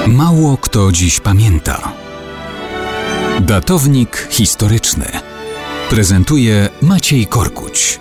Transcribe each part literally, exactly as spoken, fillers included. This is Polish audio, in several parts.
Mało kto dziś pamięta. Datownik historyczny prezentuje Maciej Korkuć.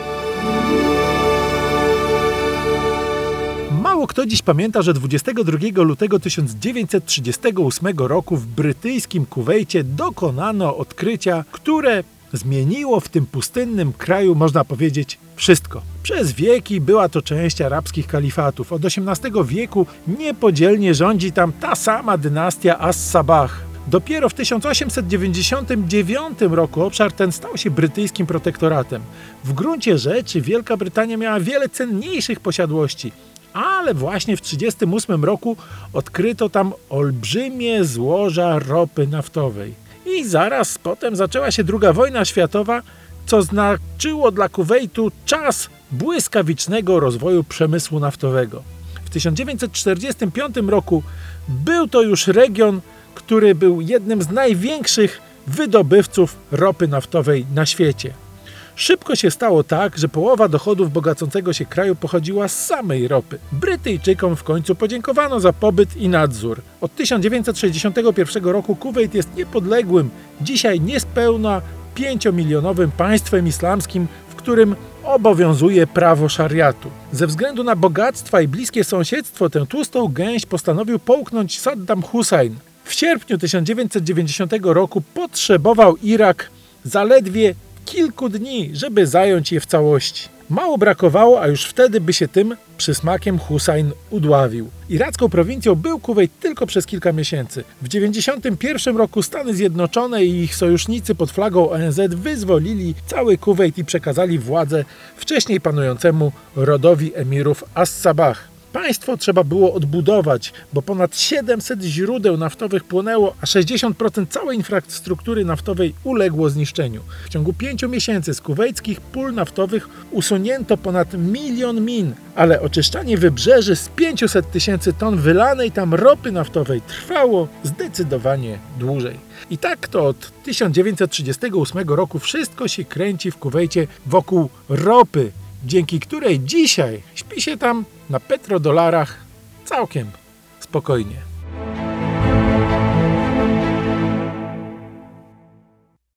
Mało kto dziś pamięta, że dwudziestego drugiego lutego tysiąc dziewięćset trzydziestego ósmego roku w brytyjskim Kuwejcie dokonano odkrycia, które zmieniło w tym pustynnym kraju, można powiedzieć, wszystko. Przez wieki była to część arabskich kalifatów. Od osiemnastego wieku niepodzielnie rządzi tam ta sama dynastia As-Sabah. Dopiero w tysiąc osiemset dziewięćdziesiątym dziewiątym roku obszar ten stał się brytyjskim protektoratem. W gruncie rzeczy Wielka Brytania miała wiele cenniejszych posiadłości, ale właśnie w tysiąc dziewięćset trzydziestym ósmym roku odkryto tam olbrzymie złoża ropy naftowej. I zaraz potem zaczęła się druga wojna światowa, co znaczyło dla Kuwejtu czas błyskawicznego rozwoju przemysłu naftowego. W tysiąc dziewięćset czterdziestym piątym roku był to już region, który był jednym z największych wydobywców ropy naftowej na świecie. Szybko się stało tak, że połowa dochodów bogacącego się kraju pochodziła z samej ropy. Brytyjczykom w końcu podziękowano za pobyt i nadzór. Od tysiąc dziewięćset sześćdziesiątego pierwszego roku Kuwejt jest niepodległym, dzisiaj niespełna pięciomilionowym państwem islamskim, w którym obowiązuje prawo szariatu. Ze względu na bogactwa i bliskie sąsiedztwo tę tłustą gęś postanowił połknąć Saddam Hussein. W sierpniu tysiąc dziewięćset dziewięćdziesiątego roku potrzebował Irak zaledwie kilku dni, żeby zająć je w całości. Mało brakowało, a już wtedy by się tym przysmakiem Hussein udławił. Iracką prowincją był Kuwejt tylko przez kilka miesięcy. W tysiąc dziewięćset dziewięćdziesiątym pierwszym roku Stany Zjednoczone i ich sojusznicy pod flagą O N Z wyzwolili cały Kuwejt i przekazali władzę wcześniej panującemu rodowi emirów As-Sabah. Państwo trzeba było odbudować, bo ponad siedemset źródeł naftowych płonęło, a sześćdziesiąt procent całej infrastruktury naftowej uległo zniszczeniu. W ciągu pięciu miesięcy z kuwejckich pól naftowych usunięto ponad milion min, ale oczyszczanie wybrzeży z pięciuset tysięcy ton wylanej tam ropy naftowej trwało zdecydowanie dłużej. I tak to od tysiąc dziewięćset trzydziestego ósmego roku wszystko się kręci w Kuwejcie wokół ropy, dzięki której dzisiaj śpi się tam na petrodolarach całkiem spokojnie.